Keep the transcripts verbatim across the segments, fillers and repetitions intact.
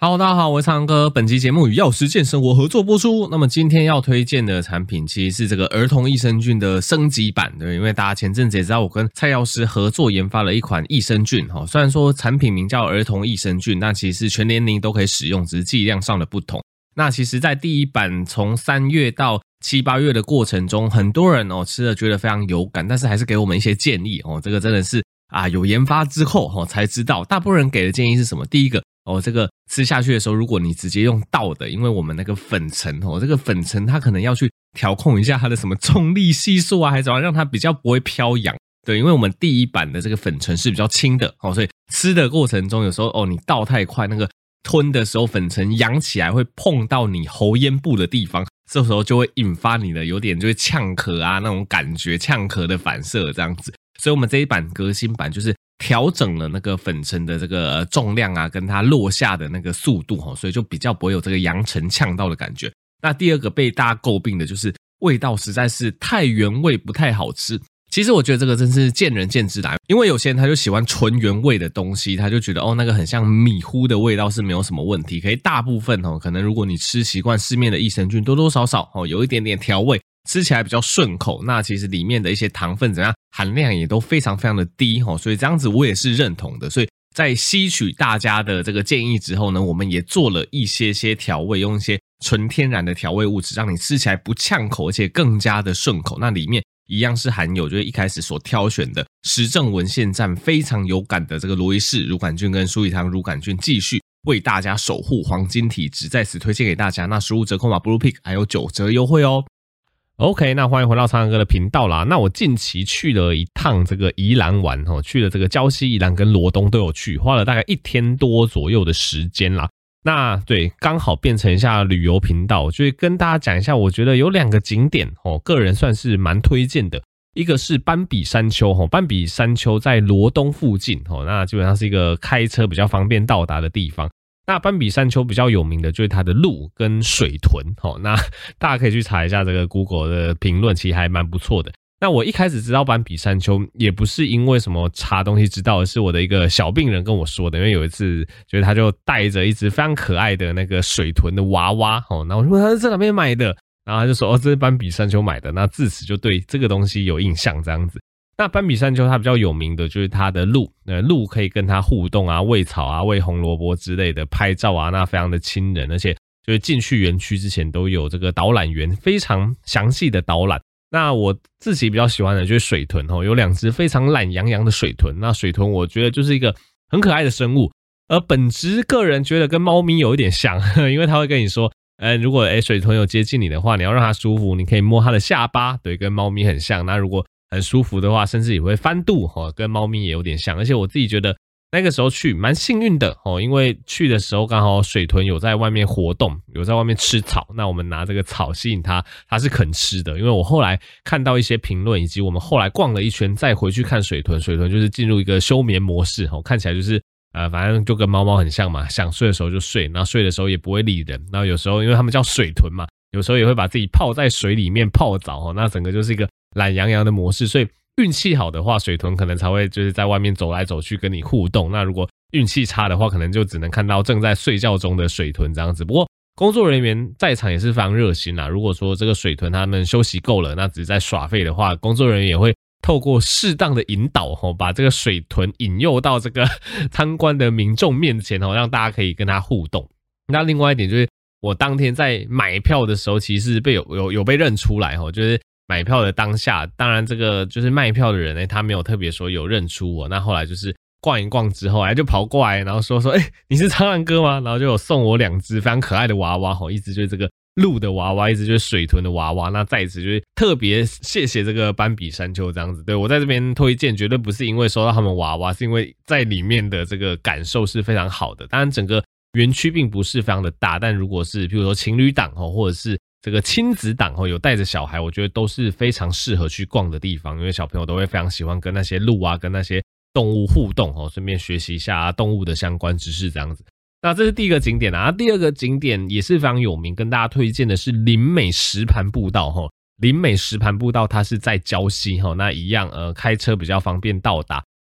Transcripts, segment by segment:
Hello， 大家好，我是苍哥。本期节目与药师健生活合作播出。那么今天要推荐的产品其实是这个儿童益生菌的升级版，对，因为大家前阵子也知道我跟蔡药师合作研发了一款益生菌，虽然说产品名叫儿童益生菌，但其实是全年龄都可以使用，只是剂量上的不同。那其实在第一版从三月到七八月的过程中，很多人哦吃了觉得非常有感，但是还是给我们一些建议哦。这个真的是啊有研发之后哦才知道，大部分人给的建议是什么？第一个哦，这个吃下去的时候，如果你直接用倒的，因为我们那个粉尘哦，这个粉尘它可能要去调控一下它的什么重力系数啊，还是怎么样，让它比较不会飘扬。对，因为我们第一版的这个粉尘是比较轻的哦，所以吃的过程中有时候哦你倒太快，那个吞的时候粉尘扬起来会碰到你喉咽部的地方，这时候就会引发你的有点就会呛咳啊那种感觉，呛咳的反射这样子。所以我们这一版革新版就是调整了那个粉尘的这个重量啊，跟它落下的那个速度，所以就比较不会有这个扬尘呛到的感觉。那第二个被大家诟病的就是味道实在是太原味，不太好吃。其实我觉得这个真是见仁见智的，因为有些人他就喜欢纯原味的东西，他就觉得哦那个很像米糊的味道是没有什么问题。可以大部分哦，可能如果你吃习惯市面的益生菌，多多少少哦有一点点调味，吃起来比较顺口，那其实里面的一些糖分怎样含量也都非常非常的低，所以这样子我也是认同的。所以在吸取大家的这个建议之后呢，我们也做了一些些调味，用一些纯天然的调味物质，让你吃起来不呛口，而且更加的顺口。那里面一样是含有就是一开始所挑选的实证文献站非常有感的这个罗伊氏乳杆菌跟舒益糖乳杆菌，继续为大家守护黄金体质，在此推荐给大家。那实物折扣码 Blue Pick 还有九折优惠哦。OK， 那欢迎回到苍哥的频道啦。那我近期去了一趟这个宜兰玩齁，去了这个礁溪、宜兰跟罗东都有去，花了大概一天多左右的时间啦。那对，刚好变成一下旅游频道，就会跟大家讲一下，我觉得有两个景点齁，个人算是蛮推荐的。一个是斑比山丘齁，斑比山丘在罗东附近齁，那基本上是一个开车比较方便到达的地方。那斑比山丘比较有名的就是它的鹿跟水豚，齁，那大家可以去查一下这个 Google 的评论，其实还蛮不错的。那我一开始知道斑比山丘也不是因为什么查东西知道，而是我的一个小病人跟我说的。因为有一次就是他就带着一只非常可爱的那个水豚的娃娃，齁，然后我就问他是在哪边买的，然后他就说哦这是斑比山丘买的，那自此就对这个东西有印象这样子。那斑比山丘它比较有名的就是它的鹿，呃，鹿可以跟它互动啊，喂草啊，喂红萝卜之类的，拍照啊，那非常的亲人，而且就是进去园区之前都有这个导览员非常详细的导览。那我自己比较喜欢的就是水豚哦，有两只非常懒洋洋的水豚。那水豚我觉得就是一个很可爱的生物，而本质个人觉得跟猫咪有一点像，因为它会跟你说，呃，如果诶水豚有接近你的话，你要让它舒服，你可以摸它的下巴，对，跟猫咪很像。那如果很舒服的话，甚至也会翻肚，跟猫咪也有点像。而且我自己觉得那个时候去蛮幸运的，因为去的时候刚好水豚有在外面活动，有在外面吃草，那我们拿这个草吸引它，它是肯吃的。因为我后来看到一些评论，以及我们后来逛了一圈再回去看水豚，水豚就是进入一个休眠模式，看起来就是呃，反正就跟猫猫很像嘛，想睡的时候就睡，然后睡的时候也不会理人。然后有时候因为他们叫水豚嘛，有时候也会把自己泡在水里面泡澡，那整个就是一个懒洋洋的模式。所以运气好的话，水豚可能才会就是在外面走来走去跟你互动，那如果运气差的话，可能就只能看到正在睡觉中的水豚这样子。不过工作人员在场也是非常热心啦，如果说这个水豚他们休息够了，那只是在耍废的话，工作人员也会透过适当的引导，把这个水豚引诱到这个参观的民众面前，让大家可以跟他互动。那另外一点就是我当天在买票的时候，其实被有有有被认出来，就是买票的当下，当然这个就是卖票的人，他没有特别说有认出我。那后来就是逛一逛之后，哎，就跑过来，然后说说，哎、欸，你是苍兰哥吗？然后就有送我两只非常可爱的娃娃，一只就是这个鹿的娃娃，一直就是水豚的娃娃。那在此就是特别谢谢这个斑比山丘这样子。对，我在这边推荐绝对不是因为收到他们娃娃，是因为在里面的这个感受是非常好的。当然整个园区并不是非常的大，但如果是譬如说情侣档或者是这个亲子档有带着小孩，我觉得都是非常适合去逛的地方，因为小朋友都会非常喜欢跟那些鹿啊跟那些动物互动，顺便学习一下动物的相关知识这样子。那这是第一个景点啊，第二个景点也是非常有名，跟大家推荐的是林美石盘步道。林美石盘步道它是在礁溪，那一样呃开车比较方便到达。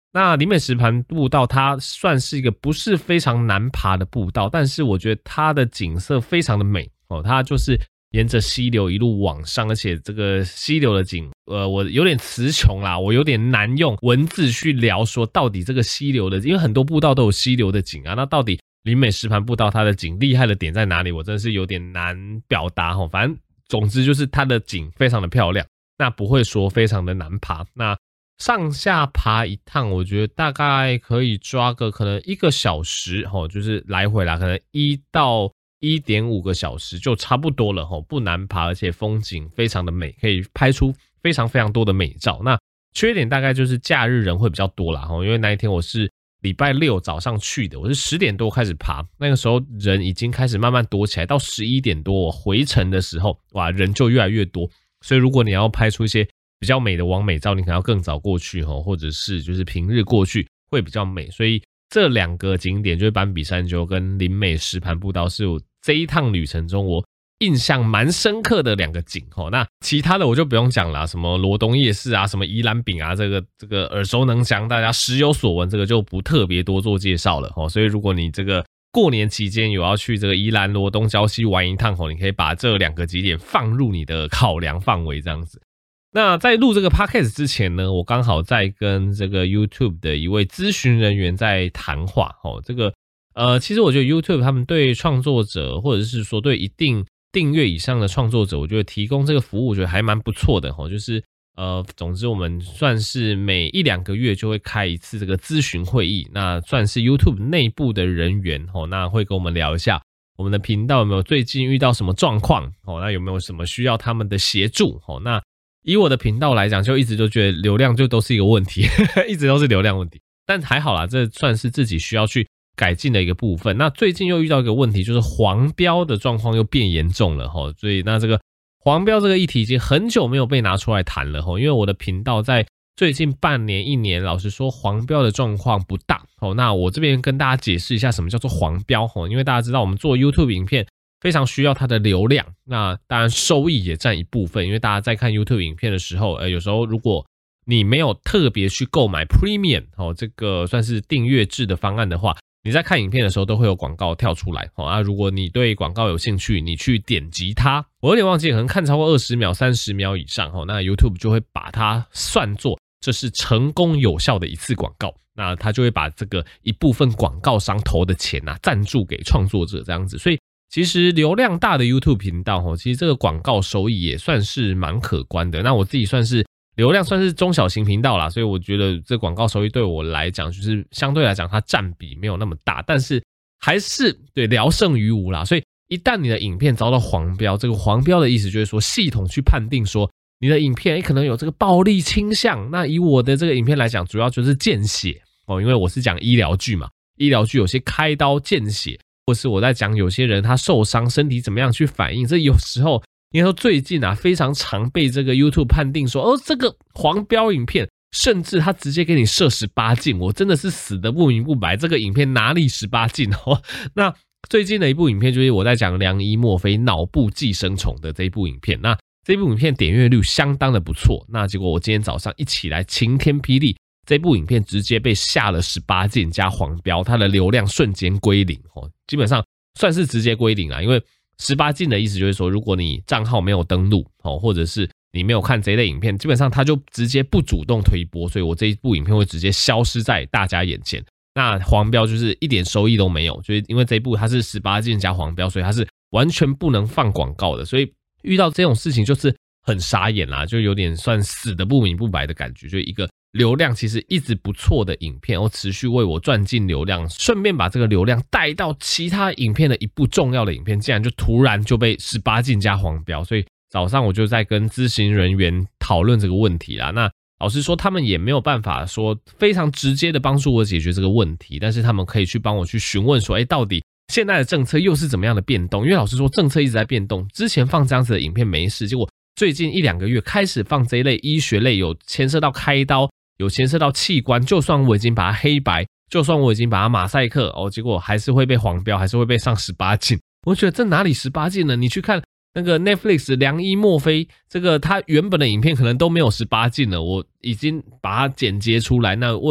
那林美石盘步道它算是一个不是非常难爬的步道，但是我觉得它的景色非常的美哦，它就是沿着溪流一路往上，而且这个溪流的景，呃，我有点词穷啦，我有点难用文字去聊说到底这个溪流的，因为很多步道都有溪流的景啊，那到底林美石盘步道它的景厉害的点在哪里？我真的是有点难表达齁。反正总之就是它的景非常的漂亮，那不会说非常的难爬。那上下爬一趟，我觉得大概可以抓个可能一个小时齁，就是来回啦，可能一到一点五个小时就差不多了齁，不难爬，而且风景非常的美，可以拍出非常非常多的美照。那缺点大概就是假日人会比较多啦齁，因为那一天我是礼拜六早上去的，我是十点多开始爬，那个时候人已经开始慢慢多起来，到十一点多我回程的时候，哇，人就越来越多。所以如果你要拍出一些比较美的网美照，你可能要更早过去齁，或者是就是平日过去会比较美。所以这两个景点就是斑比山丘跟林美石盘步道是我这一趟旅程中我印象蛮深刻的两个景齁。那其他的我就不用讲了，什么罗东夜市啊，什么宜兰饼啊，这个这个耳熟能详，大家时有所闻，这个就不特别多做介绍了齁。所以如果你这个过年期间有要去这个宜兰罗东礁溪玩一趟齁，你可以把这两个景点放入你的考量范围这样子。那在录这个 podcast 之前呢，我刚好在跟这个 YouTube 的一位咨询人员在谈话齁。这个呃，其实我觉得 YouTube 他们对创作者，或者是说对一定订阅以上的创作者，我觉得提供这个服务，我觉得还蛮不错的齁。就是呃，总之我们算是每一两个月就会开一次这个咨询会议，那算是 YouTube 内部的人员齁，那会跟我们聊一下我们的频道有没有最近遇到什么状况齁，那有没有什么需要他们的协助齁。那以我的频道来讲，就一直就觉得流量就都是一个问题，一直都是流量问题。但还好啦，这算是自己需要去改进的一个部分。那最近又遇到一个问题，就是黄标的状况又变严重了齁。所以那这个黄标这个议题已经很久没有被拿出来谈了齁，因为我的频道在最近半年一年，老实说黄标的状况不大齁。那我这边跟大家解释一下什么叫做黄标齁，因为大家知道我们做 YouTube 影片非常需要它的流量，那当然收益也占一部分，因为大家在看 YouTube 影片的时候，呃，有时候如果你没有特别去购买 Premium 哦，这个算是订阅制的方案的话，你在看影片的时候都会有广告跳出来哦。啊，如果你对广告有兴趣，你去点击它，我有点忘记，可能看超过二十秒、三十秒以上哦，那 YouTube 就会把它算作这是成功有效的一次广告，那他就会把这个一部分广告商投的钱啊赞助给创作者这样子，所以。其实流量大的 YouTube 频道齁，其实这个广告收益也算是蛮可观的。那我自己算是流量算是中小型频道啦，所以我觉得这广告收益对我来讲，就是相对来讲它占比没有那么大，但是还是对聊胜于无啦。所以一旦你的影片遭到黄标，这个黄标的意思就是说系统去判定说你的影片可能有这个暴力倾向。那以我的这个影片来讲，主要就是见血哦，因为我是讲医疗剧嘛，医疗剧有些开刀见血。或是我在讲有些人他受伤身体怎么样去反应，这有时候应该说最近啊非常常被这个 YouTube 判定说哦这个黄标影片，甚至他直接给你设十八禁，我真的是死得不明不白，这个影片哪里十八禁哦？那最近的一部影片就是我在讲良医莫非脑部寄生虫的这一部影片，那这部影片点阅率相当的不错，那结果我今天早上一起来晴天霹雳。这部影片直接被下了十八禁加黄标，它的流量瞬间归零哦，基本上算是直接归零啦。因为十八禁的意思就是说，如果你账号没有登录哦，或者是你没有看这一类影片，基本上它就直接不主动推播，所以我这一部影片会直接消失在大家眼前。那黄标就是一点收益都没有，就是因为这一部它是十八禁加黄标，所以它是完全不能放广告的，所以遇到这种事情就是很傻眼啦，就有点算死的不明不白的感觉，就一个。流量其实一直不错的影片，我持续为我赚进流量，顺便把这个流量带到其他影片的一部重要的影片，竟然就突然就被十八禁加黄标，所以早上我就在跟咨询人员讨论这个问题啦。那老实说，他们也没有办法说非常直接的帮助我解决这个问题，但是他们可以去帮我去询问说，哎，到底现在的政策又是怎么样的变动？因为老实说，政策一直在变动，之前放这样子的影片没事，结果最近一两个月开始放这一类医学类，有牵涉到开刀。有牵涉到器官，就算我已经把它黑白，就算我已经把它马赛克哦，结果还是会被黄标，还是会被上十八禁。我觉得这哪里十八禁呢？你去看那个 Netflix 良医莫非，这个他原本的影片可能都没有十八禁了，我已经把它剪接出来，那我已经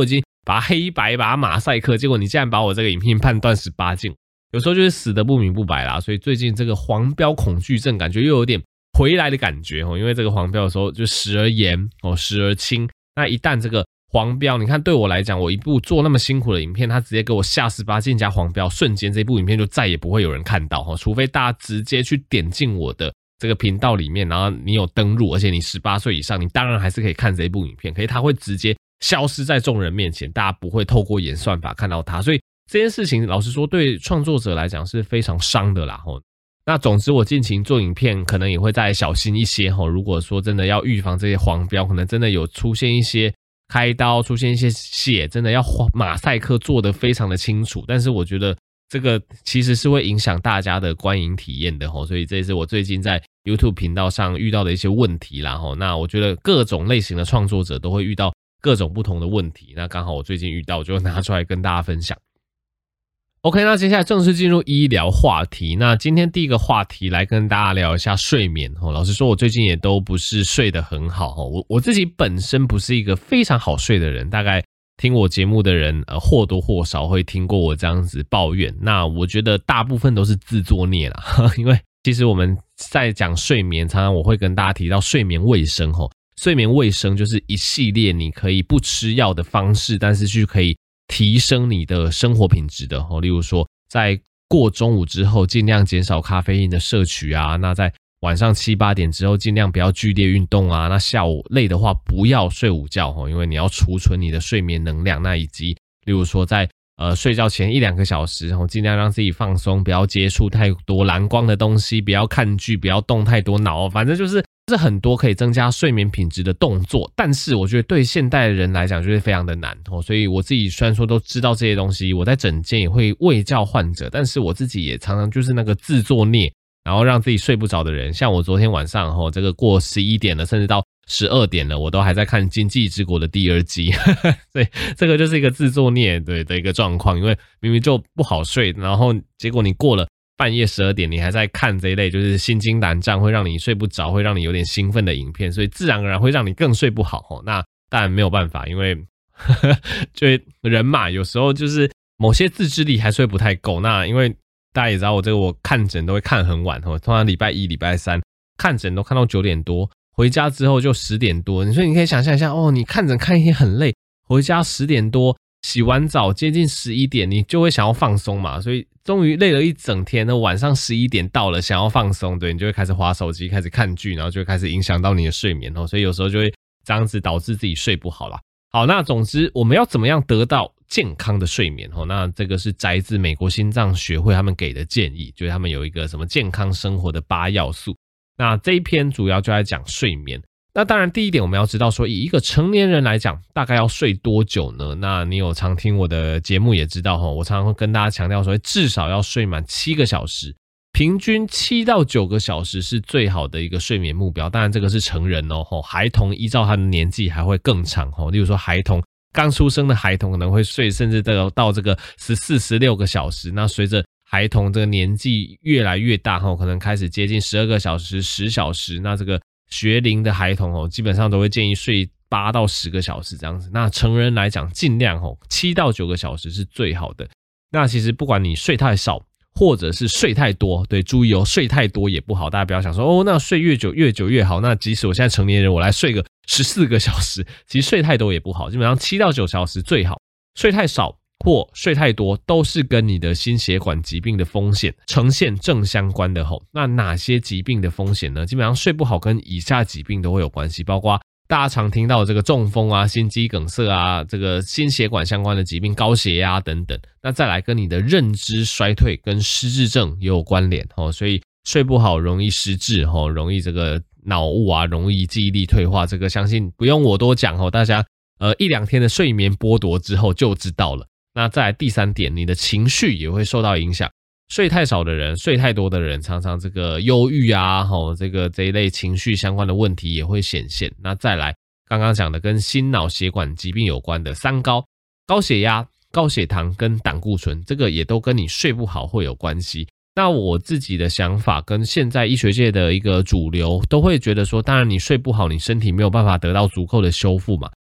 把它黑白把它马赛克，结果你竟然把我这个影片判断十八禁，有时候就是死得不明不白啦。所以最近这个黄标恐惧症感觉又有点回来的感觉，因为这个黄标的时候就时而严时而轻，那一旦这个黄标，你看对我来讲，我一部做那么辛苦的影片，他直接给我下十八禁加黄标，瞬间这部影片就再也不会有人看到，除非大家直接去点进我的这个频道里面，然后你有登录，而且你十八岁以上，你当然还是可以看这一部影片，可是它会直接消失在众人面前，大家不会透过演算法看到它，所以这件事情老实说对创作者来讲是非常伤的啦。那总之我近期做影片可能也会再小心一些，如果说真的要预防这些黄标，可能真的有出现一些开刀，出现一些血，真的要马赛克做得非常的清楚，但是我觉得这个其实是会影响大家的观影体验的，所以这也是我最近在 YouTube 频道上遇到的一些问题啦。那我觉得各种类型的创作者都会遇到各种不同的问题，那刚好我最近遇到，我就拿出来跟大家分享。OK， 那接下来正式进入医疗话题。那今天第一个话题来跟大家聊一下睡眠。老实说我最近也都不是睡得很好，我我自己本身不是一个非常好睡的人，大概听我节目的人呃或多或少会听过我这样子抱怨，那我觉得大部分都是自作孽啦，因为其实我们在讲睡眠，常常我会跟大家提到睡眠卫生。睡眠卫生就是一系列你可以不吃药的方式，但是去可以提升你的生活品质的，例如说在过中午之后尽量减少咖啡因的摄取啊，那在晚上七八点之后尽量不要剧烈运动啊，那下午累的话不要睡午觉，因为你要储存你的睡眠能量，那以及例如说在呃睡觉前一两个小时尽量让自己放松，不要接触太多蓝光的东西，不要看剧，不要动太多脑，反正就是是很多可以增加睡眠品质的动作，但是我觉得对现代人来讲就是非常的难，所以我自己虽然说都知道这些东西，我在诊间也会卫教患者，但是我自己也常常就是那个自作孽，然后让自己睡不着的人。像我昨天晚上这个过十一点了，甚至到十二点了，我都还在看《经济之国》的第二季，所以这个就是一个自作孽对的一个状况，因为明明就不好睡，然后结果你过了半夜十二点你还在看这一类就是心惊胆战，会让你睡不着，会让你有点兴奋的影片，所以自然而然会让你更睡不好。那当然没有办法，因为呵呵就人嘛，有时候就是某些自制力还是会不太够。那因为大家也知道我这个我看诊都会看很晚，通常礼拜一礼拜三看诊都看到九点多，回家之后就十点多，所以你可以想象一下哦，你看诊看一天很累，回家十点多洗完澡接近十一点，你就会想要放松嘛，所以终于累了一整天，那晚上十一点到了想要放松，对，你就会开始滑手机开始看剧，然后就会开始影响到你的睡眠，所以有时候就会这样子导致自己睡不好啦。好，那总之我们要怎么样得到健康的睡眠，那这个是摘自美国心脏学会他们给的建议，就是他们有一个什么健康生活的八要素，那这一篇主要就在讲睡眠。那当然第一点我们要知道说，以一个成年人来讲大概要睡多久呢？那你有常听我的节目也知道，我常常会跟大家强调说至少要睡满七个小时，平均七到九个小时是最好的一个睡眠目标。当然这个是成人哦，孩童依照他的年纪还会更长，例如说孩童刚出生的孩童可能会睡甚至到到这个十四、十六个小时，那随着孩童这个年纪越来越大，可能开始接近十二个小时、十小时，那这个学龄的孩童基本上都会建议睡八到十个小时这样子。那成人来讲尽量七到九个小时是最好的。那其实不管你睡太少或者是睡太多，对，注意哦，睡太多也不好，大家不要想说哦，那睡越久越久越好，那即使我现在成年人我来睡个十四个小时，其实睡太多也不好，基本上七到九小时最好。睡太少或睡太多都是跟你的心血管疾病的风险呈现正相关的吼。那哪些疾病的风险呢？基本上睡不好跟以下疾病都会有关系，包括大家常听到的这个中风啊、心肌梗塞啊，这个心血管相关的疾病、高血压等等。那再来跟你的认知衰退跟失智症也有关联吼，所以睡不好容易失智吼，容易这个脑雾啊，容易记忆力退化，这个相信不用我多讲吼，大家呃一两天的睡眠剥夺之后就知道了。那再来第三点，你的情绪也会受到影响。睡太少的人、睡太多的人，常常这个忧郁啊，吼，这个这一类情绪相关的问题也会显现。那再来刚刚讲的跟心脑血管疾病有关的三高，高血压、高血糖跟胆固醇，这个也都跟你睡不好会有关系。那我自己的想法跟现在医学界的一个主流都会觉得说，当然你睡不好，你身体没有办法得到足够的修复嘛。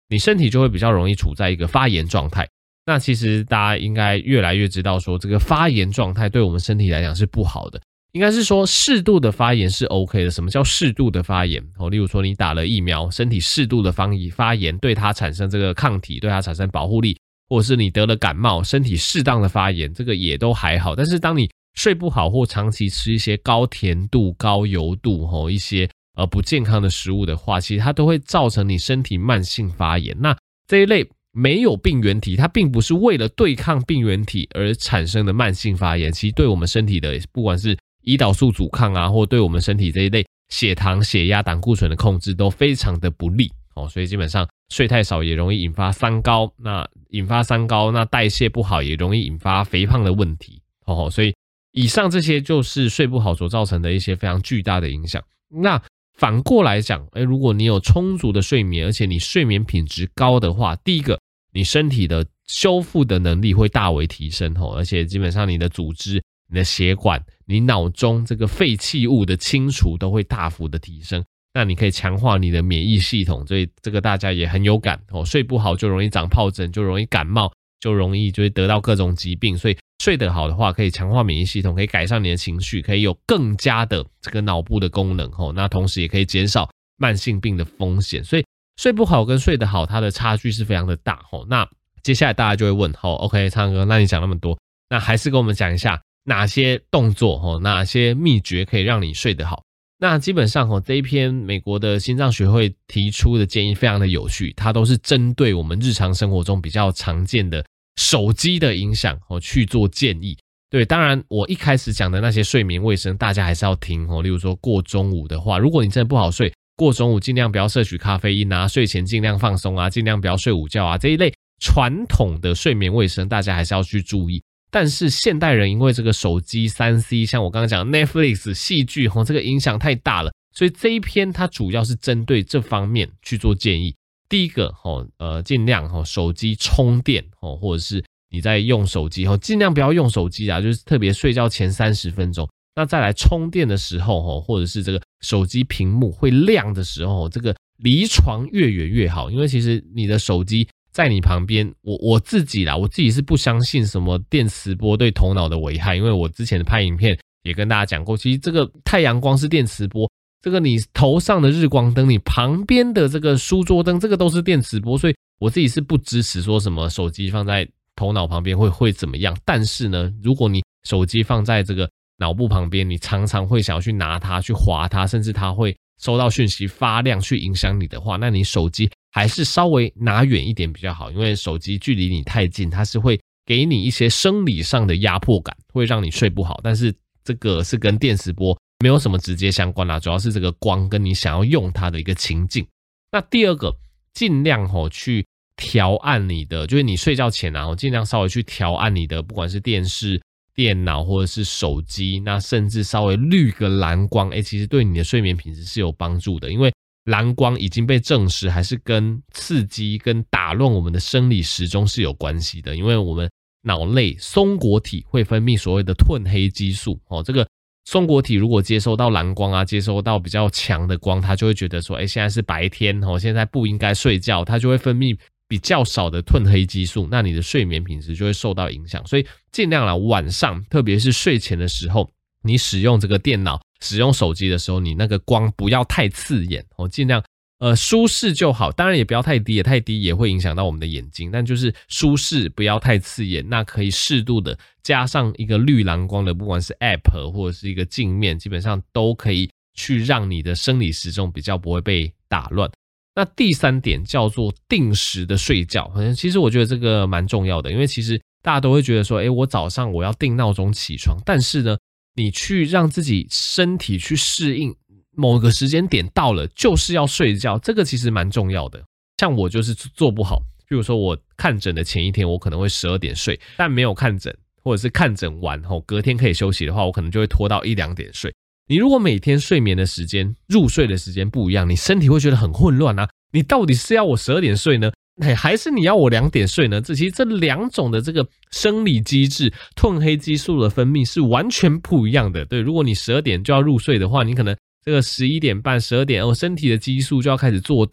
你身体就会比较容易处在一个发炎状态。那其实大家应该越来越知道说，这个发炎状态对我们身体来讲是不好的。应该是说适度的发炎是 OK 的。什么叫适度的发炎？哦，例如说你打了疫苗，身体适度的发炎，对它产生这个抗体，对它产生保护力，或者是你得了感冒，身体适当的发炎，这个也都还好。但是当你睡不好或长期吃一些高甜度、高油度、哦、一些呃不健康的食物的话，其实它都会造成你身体慢性发炎。那这一类没有病原体，它并不是为了对抗病原体而产生的慢性发炎，其实对我们身体的不管是胰岛素阻抗啊，或对我们身体这一类血糖、血压、胆固醇的控制都非常的不利哦。所以基本上睡太少也容易引发三高，那引发三高，那代谢不好也容易引发肥胖的问题哦。所以以上这些就是睡不好所造成的一些非常巨大的影响。那反过来讲，诶，如果你有充足的睡眠，而且你睡眠品质高的话，第一个，你身体的修复的能力会大为提升哦，而且基本上你的组织、你的血管、你脑中这个废弃物的清除都会大幅的提升。那你可以强化你的免疫系统，所以这个大家也很有感哦。睡不好就容易长疱疹，就容易感冒，就容易就会得到各种疾病。所以睡得好的话，可以强化免疫系统，可以改善你的情绪，可以有更加的这个脑部的功能哦。那同时也可以减少慢性病的风险。所以睡不好跟睡得好，它的差距是非常的大哦。那接下来大家就会问，哦 ，OK， 昌哥，那你讲那么多，那还是跟我们讲一下哪些动作，哪些秘诀可以让你睡得好。那基本上这一篇美国的心脏学会提出的建议非常的有趣，它都是针对我们日常生活中比较常见的手机的影响去做建议。对，当然我一开始讲的那些睡眠卫生大家还是要听，例如说过中午的话，如果你真的不好睡，过中午尽量不要摄取咖啡因啊，睡前尽量放松啊，尽量不要睡午觉啊，这一类传统的睡眠卫生大家还是要去注意。但是现代人因为这个手机 三 C， 像我刚刚讲 Netflix 戏剧这个影响太大了，所以这一篇它主要是针对这方面去做建议。第一个呃，尽量手机充电，或者是你在用手机尽量不要用手机啊，就是特别睡觉前三十分钟。那再来充电的时候，或者是这个手机屏幕会亮的时候，这个离床越远越好，因为其实你的手机在你旁边，我我自己啦，我自己是不相信什么电磁波对头脑的危害，因为我之前拍影片也跟大家讲过，其实这个太阳光是电磁波，这个你头上的日光灯，你旁边的这个书桌灯，这个都是电磁波，所以我自己是不支持说什么手机放在头脑旁边会会怎么样。但是呢，如果你手机放在这个脑部旁边，你常常会想要去拿它去滑它，甚至它会收到讯息发亮去影响你的话，那你手机还是稍微拿远一点比较好，因为手机距离你太近，它是会给你一些生理上的压迫感，会让你睡不好。但是这个是跟电磁波没有什么直接相关啦，主要是这个光跟你想要用它的一个情境。那第二个，尽量去调暗你的，就是你睡觉前啊，尽量稍微去调暗你的，不管是电视、电脑或者是手机，那甚至稍微滤个蓝光，诶，其实对你的睡眠品质是有帮助的，因为蓝光已经被证实还是跟刺激跟打乱我们的生理时钟是有关系的，因为我们脑内松果体会分泌所谓的褪黑激素，哦，这个松果体如果接收到蓝光啊，接收到比较强的光，它就会觉得说，诶，现在是白天，哦，现在不应该睡觉，它就会分泌比较少的褪黑激素，那你的睡眠品质就会受到影响。所以尽量啦，晚上特别是睡前的时候，你使用这个电脑、使用手机的时候，你那个光不要太刺眼哦，尽量呃舒适就好。当然也不要太低，也太低也会影响到我们的眼睛，但就是舒适，不要太刺眼。那可以适度的加上一个绿蓝光的，不管是 App 或者是一个镜面，基本上都可以去让你的生理时钟比较不会被打乱。那第三点叫做定时的睡觉，其实我觉得这个蛮重要的，因为其实大家都会觉得说，诶，我早上我要定闹钟起床，但是呢，你去让自己身体去适应某个时间点到了就是要睡觉，这个其实蛮重要的。像我就是做不好，比如说我看诊的前一天我可能会十二点睡，但没有看诊或者是看诊完后隔天可以休息的话，我可能就会拖到一两点睡。你如果每天睡眠的时间、入睡的时间不一样，你身体会觉得很混乱啊。你到底是要我十二点睡呢，还是你要我两点睡呢？这其实这两种的这个生理机制、褪黑激素的分泌是完全不一样的。对，如果你十二点就要入睡的话，你可能这个十一点半、十二点哦，身体的激素就要开始作动了。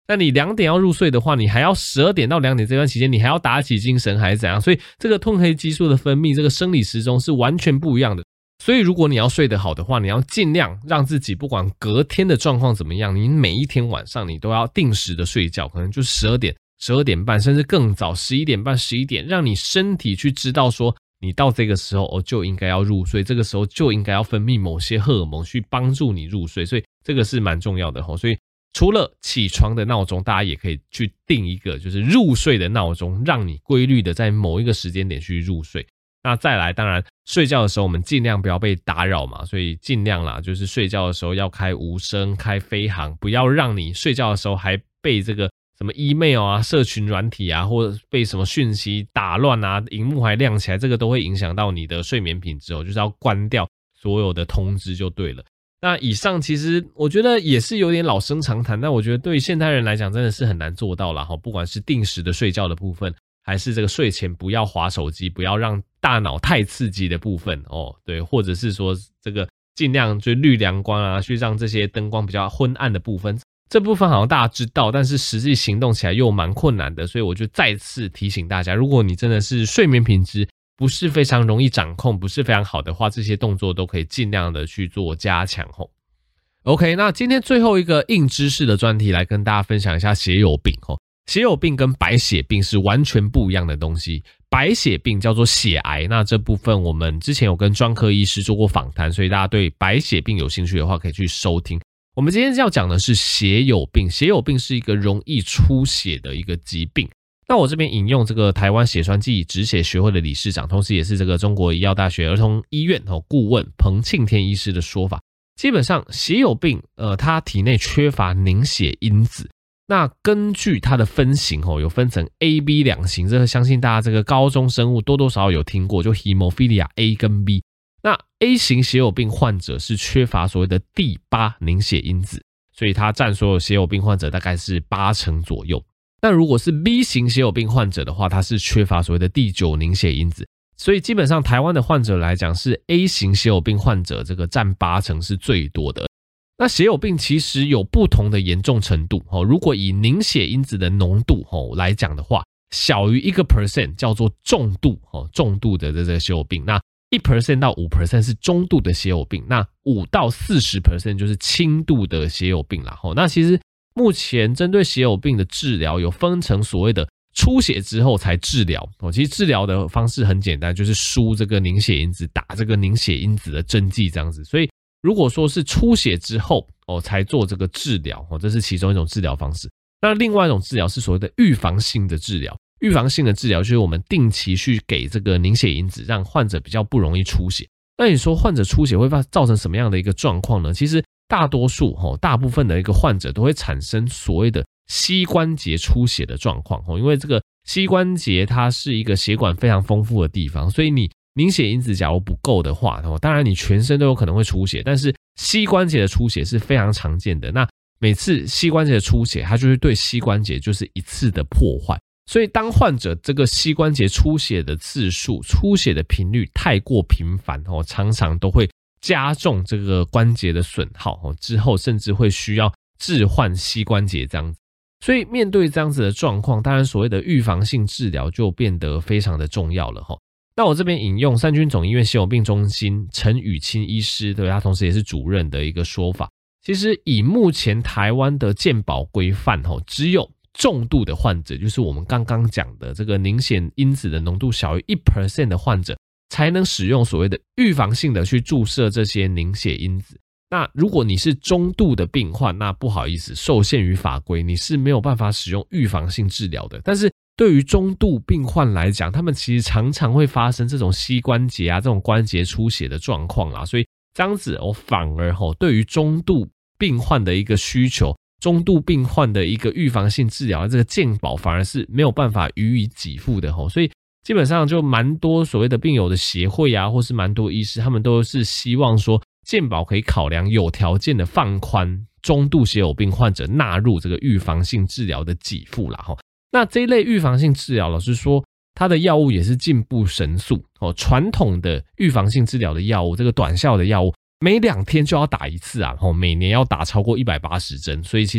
那你两点要入睡的话，你还要十二点到两点这段期间，你还要打起精神还是怎样？所以这个褪黑激素的分泌，这个生理时钟是完全不一样的。所以如果你要睡得好的话，你要尽量让自己不管隔天的状况怎么样，你每一天晚上你都要定时的睡觉，可能就十二点、十二点半，甚至更早十一点半、十一点，让你身体去知道说你到这个时候哦就应该要入睡，这个时候就应该要分泌某些荷尔蒙去帮助你入睡，所以这个是蛮重要的齁。所以除了起床的闹钟，大家也可以去定一个就是入睡的闹钟，让你规律的在某一个时间点去入睡。那再来，当然睡觉的时候我们尽量不要被打扰嘛，所以尽量啦，就是睡觉的时候要开无声、开飞行，不要让你睡觉的时候还被这个什么 email 啊、社群软体啊，或者被什么讯息打乱啊，荧幕还亮起来，这个都会影响到你的睡眠品质哦，就是要关掉所有的通知就对了。那以上其实我觉得也是有点老生常谈，但我觉得对于现代人来讲真的是很难做到啦齁，不管是定时的睡觉的部分，还是这个睡前不要滑手机，不要让大脑太刺激的部分哦，对，或者是说这个尽量就绿亮光啊，去让这些灯光比较昏暗的部分，这部分好像大家知道，但是实际行动起来又蛮困难的，所以我就再次提醒大家，如果你真的是睡眠品质不是非常容易掌控，不是非常好的话，这些动作都可以尽量的去做加强吼。OK， 那今天最后一个硬知识的专题来跟大家分享一下血友病吼。血友病跟白血病是完全不一样的东西。白血病叫做血癌，那这部分我们之前有跟专科医师做过访谈，所以大家对白血病有兴趣的话可以去收听。我们今天要讲的是血友病，血友病是一个容易出血的一个疾病。那我这边引用这个台湾血栓暨止血学会的理事长，同时也是这个中国医药大学儿童医院顾问彭庆天医师的说法，基本上血友病呃，它体内缺乏凝血因子。那根据它的分型哦，有分成 A、B 两型，这个相信大家这个高中生物多多少少有听过，就 Hemophilia A 跟 B。那 A 型血友病患者是缺乏所谓的第八凝血因子，所以它占所有血友病患者大概是八成左右。那如果是 B 型血友病患者的话，它是缺乏所谓的第九凝血因子，所以基本上台湾的患者来讲，是 A 型血友病患者这个占八成是最多的。那血友病其实有不同的严重程度，如果以凝血因子的浓度来讲的话，小于 百分之一 叫做重度，重度的这个血友病，那 百分之一 到 百分之五 是中度的血友病，那 百分之五到百分之四十 就是轻度的血友病啦。那其实目前针对血友病的治疗有分成所谓的出血之后才治疗，其实治疗的方式很简单，就是输这个凝血因子，打这个凝血因子的针剂这样子。所以如果说是出血之后哦才做这个治疗哦，这是其中一种治疗方式。那另外一种治疗是所谓的预防性的治疗，预防性的治疗就是我们定期去给这个凝血因子，让患者比较不容易出血。那你说患者出血会造成什么样的一个状况呢？其实大多数哦，大部分的一个患者都会产生所谓的膝关节出血的状况哦，因为这个膝关节它是一个血管非常丰富的地方，所以你凝血因子假如不够的话，当然你全身都有可能会出血，但是膝关节的出血是非常常见的。那每次膝关节的出血，它就是对膝关节就是一次的破坏。所以当患者这个膝关节出血的次数、出血的频率太过频繁，常常都会加重这个关节的损耗，之后甚至会需要置换膝关节这样子。所以面对这样子的状况，当然所谓的预防性治疗就变得非常的重要了。那我这边引用三军总医院血友病中心陈宇清医师，对，他同时也是主任的一个说法，其实以目前台湾的健保规范，只有重度的患者，就是我们刚刚讲的这个凝血因子的浓度小于 百分之一 的患者，才能使用所谓的预防性的去注射这些凝血因子。那如果你是中度的病患，那不好意思，受限于法规，你是没有办法使用预防性治疗的。但是对于中度病患来讲，他们其实常常会发生这种膝关节啊这种关节出血的状况啦，所以这样子哦，反而哦对于中度病患的一个需求，中度病患的一个预防性治疗，这个健保反而是没有办法予以给付的哦，所以基本上就蛮多所谓的病友的协会啊，或是蛮多医师，他们都是希望说健保可以考量有条件的放宽中度血友病患者纳入这个预防性治疗的给付啦齁。那这一类预防性治疗，老实说它的药物也是进步神速哦。传统的预防性治疗的药物，这个短效的药物每两天就要打一次啊，每年要打超过一百八十针，所以其实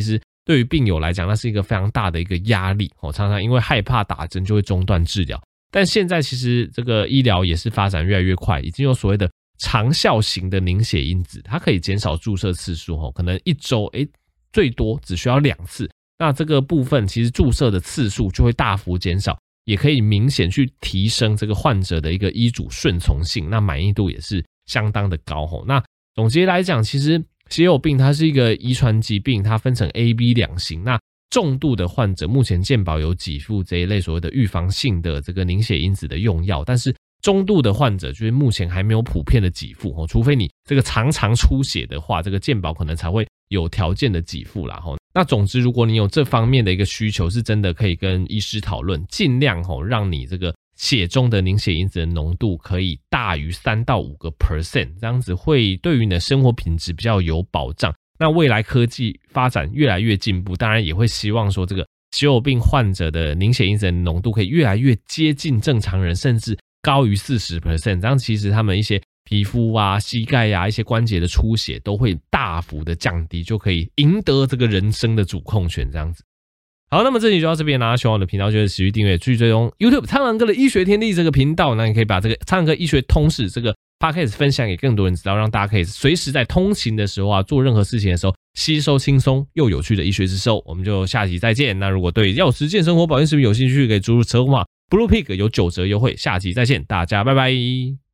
对于病友来讲，那是一个非常大的一个压力哦，常常因为害怕打针就会中断治疗。但现在其实这个医疗也是发展越来越快，已经有所谓的长效型的凝血因子，它可以减少注射次数哦，可能一周诶最多只需要两次，那这个部分其实注射的次数就会大幅减少，也可以明显去提升这个患者的一个医嘱顺从性，那满意度也是相当的高哦。那总结来讲，其实血友病它是一个遗传疾病，它分成 A、B 两型。那重度的患者目前健保有给付这一类所谓的预防性的这个凝血因子的用药，但是中度的患者就是目前还没有普遍的给付哦，除非你这个常常出血的话，这个健保可能才会有条件的给付啦齁。那总之，如果你有这方面的一个需求，是真的可以跟医师讨论，尽量齁让你这个血中的凝血因子的浓度可以大于三到五个 percent， 这样子会对于你的生活品质比较有保障。那未来科技发展越来越进步，当然也会希望说这个血友病患者的凝血因子的浓度可以越来越接近正常人，甚至高于 百分之四十， 这样其实他们一些皮肤啊、膝盖啊、一些关节的出血都会大幅的降低，就可以赢得这个人生的主控权这样子。好，那么这集就到这边啦。喜欢我的频道，就持续订阅、继续追踪 YouTube 苍狼哥的医学天地这个频道。那你可以把这个苍狼哥医学通识这个 Podcast 分享给更多人知道，让大家可以随时在通勤的时候啊，做任何事情的时候，吸收轻松又有趣的医学知识。我们就下集再见。那如果对药食健生活保健食品有兴趣，可以输入折扣码 Blue Pig 有九折优惠。下集再见，大家拜拜。